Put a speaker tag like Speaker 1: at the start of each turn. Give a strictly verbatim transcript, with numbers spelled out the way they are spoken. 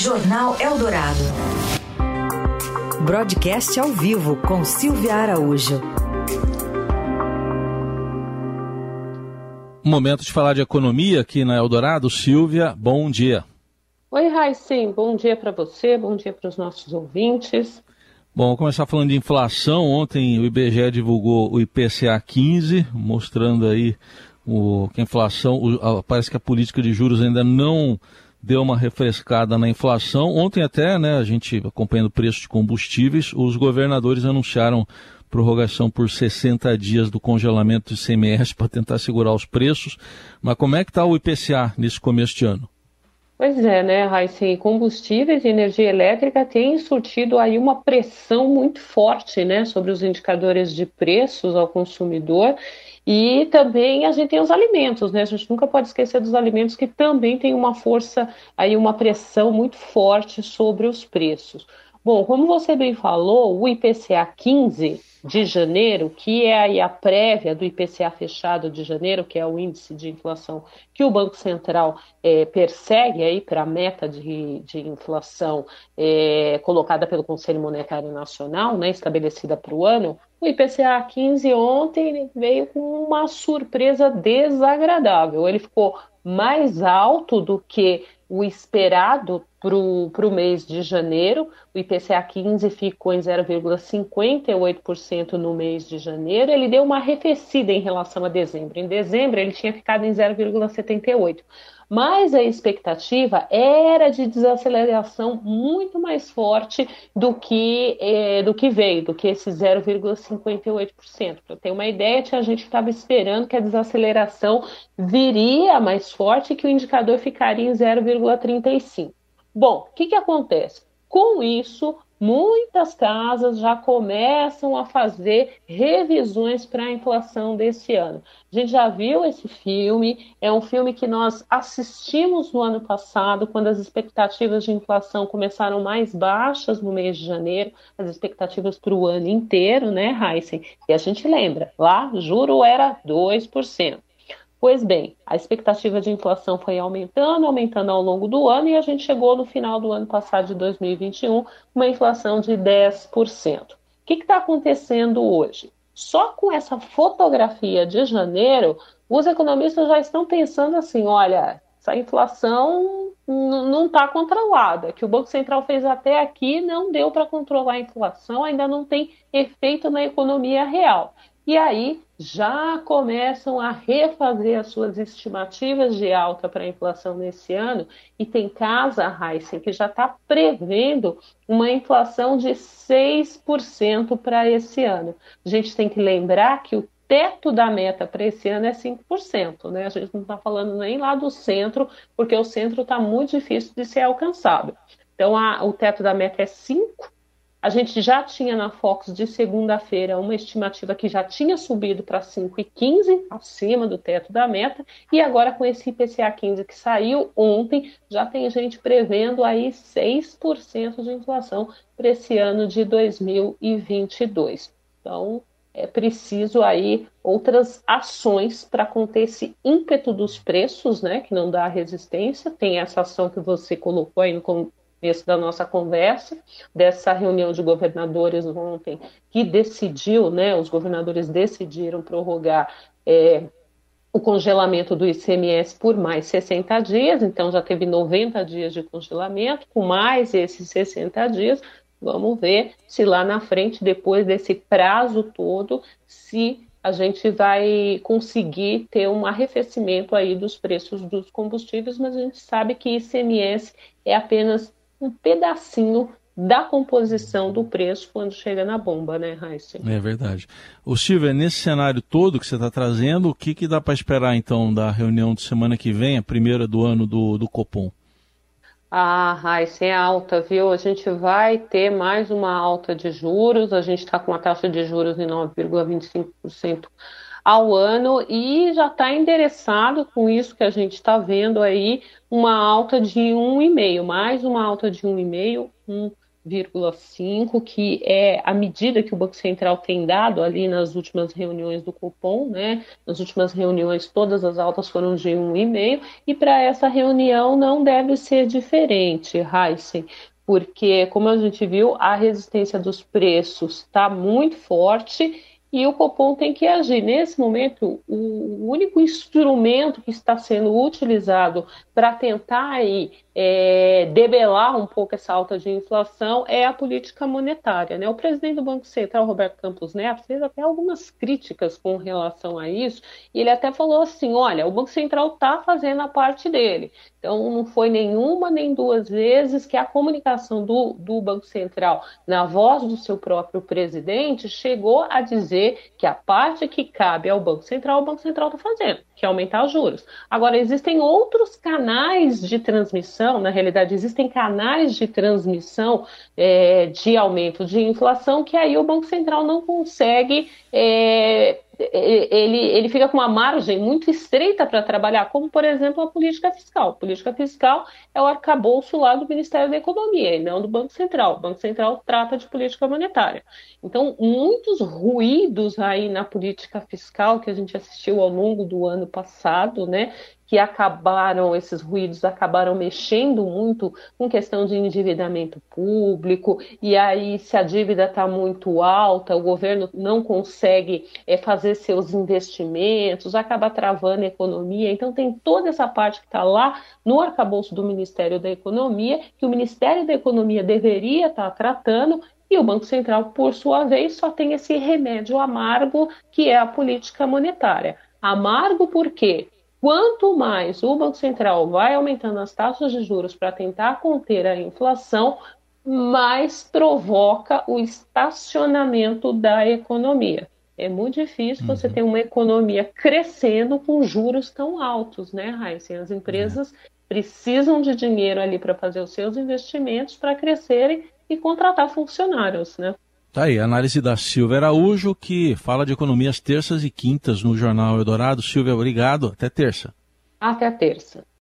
Speaker 1: Jornal Eldorado. Broadcast ao vivo com Silvia Araújo.
Speaker 2: Momento de falar de economia aqui na Eldorado. Silvia, bom dia.
Speaker 3: Oi, Raíssen, bom dia para você, bom dia para os nossos ouvintes.
Speaker 2: Bom, vamos começar falando de inflação. Ontem o I B G E divulgou o I P C A quinze, mostrando aí o, que a inflação, o, a, parece que a política de juros ainda não deu uma refrescada na inflação. Ontem até, né, a gente acompanhando o preço de combustíveis, os governadores anunciaram prorrogação por sessenta dias do congelamento do I C M S para tentar segurar os preços. Mas como é que está o I P C A nesse começo de ano?
Speaker 3: Pois é, né, Raíssen, combustíveis e energia elétrica têm surtido aí uma pressão muito forte, né, sobre os indicadores de preços ao consumidor. E também a gente tem os alimentos, né? A gente nunca pode esquecer dos alimentos, que também tem uma força, aí uma pressão muito forte sobre os preços. Bom, como você bem falou, o I P C A quinze de janeiro, que é aí a prévia do I P C A fechado de janeiro, que é o índice de inflação que o Banco Central é, persegue aí para a meta de, de inflação é, colocada pelo Conselho Monetário Nacional, né, estabelecida para o ano. O I P C A quinze ontem veio com uma surpresa desagradável. Ele ficou mais alto do que o esperado para o mês de janeiro. O I P C A quinze ficou em zero vírgula cinquenta e oito por cento no mês de janeiro. Ele deu uma arrefecida em relação a dezembro. Em dezembro ele tinha ficado em zero vírgula setenta e oito por cento. Mas a expectativa era de desaceleração muito mais forte do que, eh, do que veio, do que esse zero vírgula cinquenta e oito por cento. Para ter uma ideia, a gente estava esperando que a desaceleração viria mais forte e que o indicador ficaria em zero vírgula trinta e cinco por cento. Bom, o que, que acontece? Com isso, muitas casas já começam a fazer revisões para a inflação desse ano. A gente já viu esse filme, é um filme que nós assistimos no ano passado, quando as expectativas de inflação começaram mais baixas no mês de janeiro, as expectativas para o ano inteiro, né, Raíssen? E a gente lembra, lá o juro era dois por cento. Pois bem, a expectativa de inflação foi aumentando, aumentando ao longo do ano, e a gente chegou no final do ano passado, de dois mil e vinte e um, uma inflação de dez por cento. O que está acontecendo hoje? Só com essa fotografia de janeiro, os economistas já estão pensando assim, olha, essa inflação não está controlada, que o Banco Central fez até aqui não deu para controlar a inflação, ainda não tem efeito na economia real. E aí já começam a refazer as suas estimativas de alta para a inflação nesse ano, e tem casa, Raíssen, que já está prevendo uma inflação de seis por cento para esse ano. A gente tem que lembrar que o teto da meta para esse ano é cinco por cento, né? A gente não está falando nem lá do centro, porque o centro está muito difícil de ser alcançado. Então, a, o teto da meta é cinco por cento. A gente já tinha na Fox de segunda-feira uma estimativa que já tinha subido para cinco vírgula quinze por cento, acima do teto da meta, e agora com esse I P C A quinze que saiu ontem, já tem gente prevendo aí seis por cento de inflação para esse ano de dois mil e vinte e dois. Então, é preciso aí outras ações para conter esse ímpeto dos preços, né, que não dá resistência. Tem essa ação que você colocou aí no começo da nossa conversa, dessa reunião de governadores ontem, que decidiu, né, os governadores decidiram prorrogar é, o congelamento do I C M S por mais sessenta dias, então já teve noventa dias de congelamento, com mais esses sessenta dias, vamos ver se lá na frente, depois desse prazo todo, se a gente vai conseguir ter um arrefecimento aí dos preços dos combustíveis, mas a gente sabe que I C M S é apenas um pedacinho da composição do preço quando chega na bomba, né, Raíssen?
Speaker 2: É verdade. Ô Silvia, nesse cenário todo que você está trazendo, o que, que dá para esperar, então, da reunião de semana que vem, a primeira do ano do, do Copom?
Speaker 3: Ah, Raíssen, é alta, viu? A gente vai ter mais uma alta de juros, a gente está com uma taxa de juros de nove vírgula vinte e cinco por cento ao ano e já está endereçado com isso que a gente está vendo aí, uma alta de um vírgula cinco por cento, mais uma alta de um vírgula cinco por cento, um vírgula cinco, que é a medida que o Banco Central tem dado ali nas últimas reuniões do Copom, né? Nas últimas reuniões todas as altas foram de um vírgula cinco, e para essa reunião não deve ser diferente, Heisen, porque, como a gente viu, a resistência dos preços está muito forte e o Copom tem que agir. Nesse momento, o único instrumento que está sendo utilizado para tentar aí, é, debelar um pouco essa alta de inflação é a política monetária, né? O presidente do Banco Central, Roberto Campos Neto, fez até algumas críticas com relação a isso, e ele até falou assim, olha, o Banco Central está fazendo a parte dele. Então, não foi nenhuma nem duas vezes que a comunicação do, do Banco Central, na voz do seu próprio presidente, chegou a dizer que a parte que cabe ao Banco Central, o Banco Central está fazendo, que é aumentar os juros. Agora, existem outros canais de transmissão, na realidade, existem canais de transmissão é, de aumento de inflação que aí o Banco Central não consegue... É, Ele, ele fica com uma margem muito estreita para trabalhar, como, por exemplo, a política fiscal. A política fiscal é o arcabouço lá do Ministério da Economia e não do Banco Central. O Banco Central trata de política monetária. Então, muitos ruídos aí na política fiscal que a gente assistiu ao longo do ano passado, né, que acabaram, esses ruídos acabaram mexendo muito com questão de endividamento público, e aí se a dívida está muito alta, o governo não consegue é, fazer seus investimentos, acaba travando a economia. Então tem toda essa parte que está lá no arcabouço do Ministério da Economia, que o Ministério da Economia deveria estar tratando, e o Banco Central, por sua vez, só tem esse remédio amargo, que é a política monetária. Amargo por quê? Quanto mais o Banco Central vai aumentando as taxas de juros para tentar conter a inflação, mais provoca o estacionamento da economia. É muito difícil uhum. você ter uma economia crescendo com juros tão altos, né, Heisen? As empresas uhum. precisam de dinheiro ali para fazer os seus investimentos, para crescerem e contratar funcionários, né?
Speaker 2: Tá aí, a análise da Silvia Araújo, que fala de economia às terças e quintas no Jornal Eldorado. Silvia, obrigado. Até terça.
Speaker 3: Até terça.